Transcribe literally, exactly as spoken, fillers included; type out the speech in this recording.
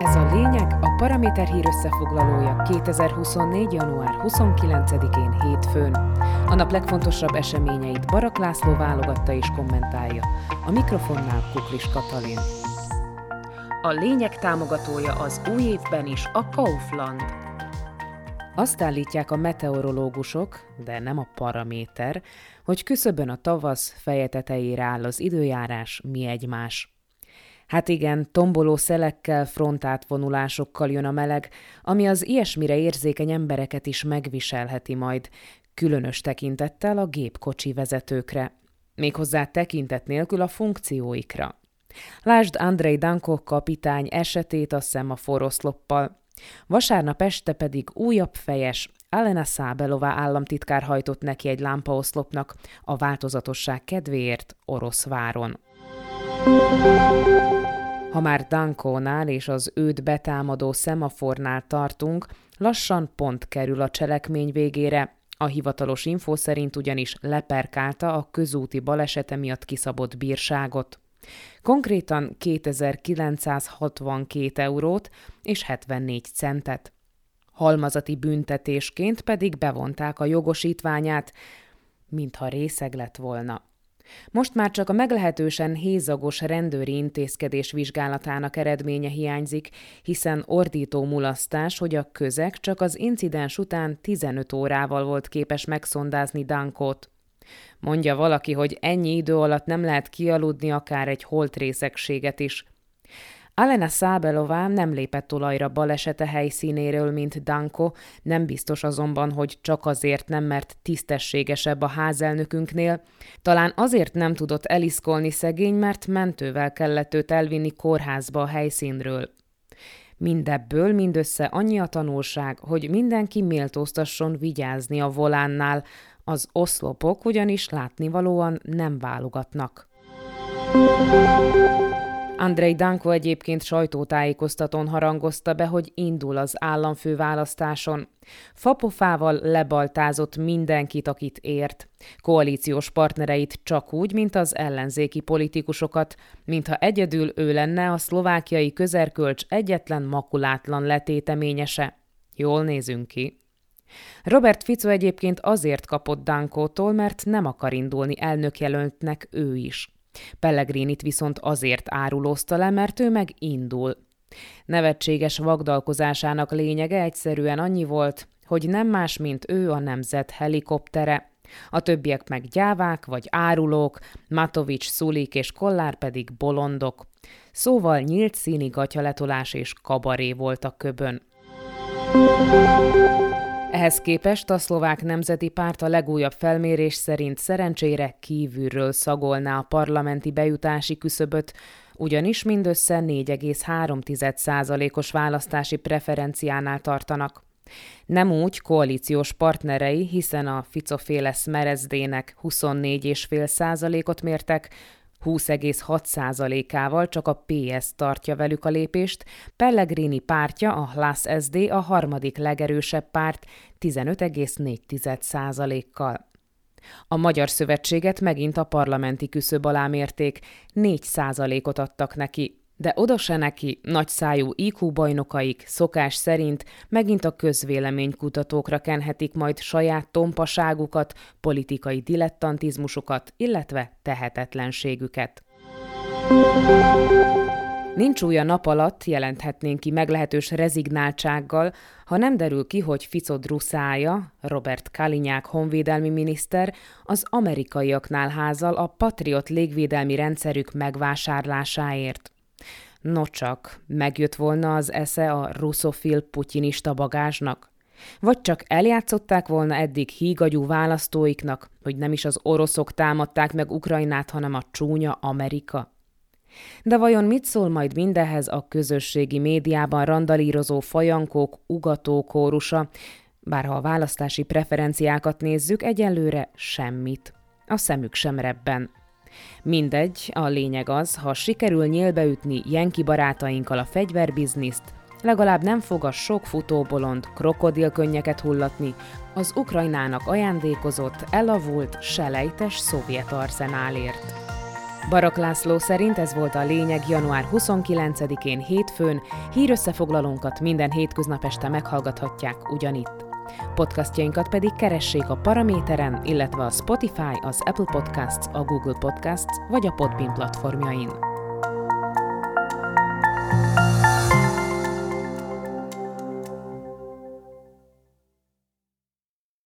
Ez a lényeg, a Paraméter hír összefoglalója kétezer-huszonnégy. január huszonkilencedikén hétfőn. A nap legfontosabb eseményeit Barak László válogatta és kommentálja. A mikrofonnál Kuklis Katalin. A lényeg támogatója az új évben is a Kaufland. Azt állítják a meteorológusok, de nem a Paraméter, hogy küszöbön a tavasz, feje tetejére áll az időjárás, mi egymás. Hát igen, tomboló szelekkel, frontátvonulásokkal jön a meleg, ami az ilyesmire érzékeny embereket is megviselheti majd, különös tekintettel a gépkocsi vezetőkre. Méghozzá tekintet nélkül a funkcióikra. Lásd Andrej Danko kapitány esetét a szemaforoszloppal. Vasárnap este pedig újabb fejes, Alena Szábelová államtitkár hajtott neki egy lámpaoszlopnak a változatosság kedvéért Oroszváron. Ha már Dankónál és az őt betámadó szemafornál tartunk, lassan pont kerül a cselekmény végére. A hivatalos infó szerint ugyanis leperkálta a közúti balesete miatt kiszabott bírságot. Konkrétan kétezer-kilencszázhatvankét eurót és hetvennégy centet. Halmazati büntetésként pedig bevonták a jogosítványát, mintha részeg lett volna. Most már csak a meglehetősen hézagos rendőri intézkedés vizsgálatának eredménye hiányzik, hiszen ordító mulasztás, hogy a közeg csak az incidens után tizenöt órával volt képes megszondázni Dankót. Mondja valaki, hogy ennyi idő alatt nem lehet kialudni akár egy holtrészegséget is. Alena Szábelová nem lépett olajra balesete helyszínéről, mint Danko, nem biztos azonban, hogy csak azért nem, mert tisztességesebb a házelnökünknél. Talán azért nem tudott eliszkolni szegény, mert mentővel kellett őt elvinni kórházba a helyszínről. Mindebből mindössze annyi a tanulság, hogy mindenki méltóztasson vigyázni a volánnál, az oszlopok ugyanis látnivalóan nem válogatnak. Andrej Danko egyébként sajtótájékoztatón harangozta be, hogy indul az államfőválasztáson. Fapofával lebaltázott mindenkit, akit ért. Koalíciós partnereit csak úgy, mint az ellenzéki politikusokat, mintha egyedül ő lenne a szlovákiai közerkölcs egyetlen makulátlan letéteményese. Jól nézünk ki. Robert Fico egyébként azért kapott Dankótól, mert nem akar indulni elnökjelöltnek ő is. Pellegrinit viszont azért árulózta le, mert ő meg indul. Nevetséges vagdalkozásának lényege egyszerűen annyi volt, hogy nem más, mint ő a nemzet helikoptere. A többiek meg gyávák vagy árulók, Matovics, Szulik és Kollár pedig bolondok. Szóval nyílt színi gatyaletolás és kabaré volt a köbön. Ehhez képest a Szlovák Nemzeti Párt a legújabb felmérés szerint szerencsére kívülről szagolná a parlamenti bejutási küszöböt, ugyanis mindössze négy egész három százalékos választási preferenciánál tartanak. Nem úgy koalíciós partnerei, hiszen a Fico-féle Smerezdének huszonnégy egész öt százalékot mértek, húsz egész hat százalékával csak a pé es tartja velük a lépést, Pellegrini pártja, a Hlas es dé a harmadik legerősebb párt tizenöt egész négy százalékkal. A Magyar Szövetséget megint a parlamenti küszöb alá mérték, négy százalékot adtak neki, de oda se neki, nagyszájú í kú bajnokaik szokás szerint megint a közvéleménykutatókra kenhetik majd saját tompaságukat, politikai dilettantizmusukat, illetve tehetetlenségüket. Nincs új a nap alatt, jelenthetnénk ki meglehetős rezignáltsággal, ha nem derül ki, hogy Fico druszája, Robert Kalinyák honvédelmi miniszter, az amerikaiaknál házal a Patriot légvédelmi rendszerük megvásárlásáért. Nocsak, megjött volna az esze a russzofil putyinista bagázsnak? Vagy csak eljátszották volna eddig hígagyú választóiknak, hogy nem is az oroszok támadták meg Ukrajnát, hanem a csúnya Amerika? De vajon mit szól majd mindehhez a közösségi médiában randalírozó fajankók ugató kórusa, bár ha a választási preferenciákat nézzük, egyelőre semmit. A szemük sem rebben. Mindegy, a lényeg az, ha sikerül nyélbeütni jenki barátainkkal a fegyverbizniszt, legalább nem fog a sok futóbolond krokodilkönnyeket hullatni az Ukrajnának ajándékozott, elavult, selejtes szovjet arzenálért. Barak László szerint ez volt a lényeg január huszonkilencedikén hétfőn, hírösszefoglalónkat minden hétköznap este meghallgathatják ugyanitt. Podcastjainkat pedig keressék a Paraméteren, illetve a Spotify, az Apple Podcasts, a Google Podcasts vagy a Podbean platformjain.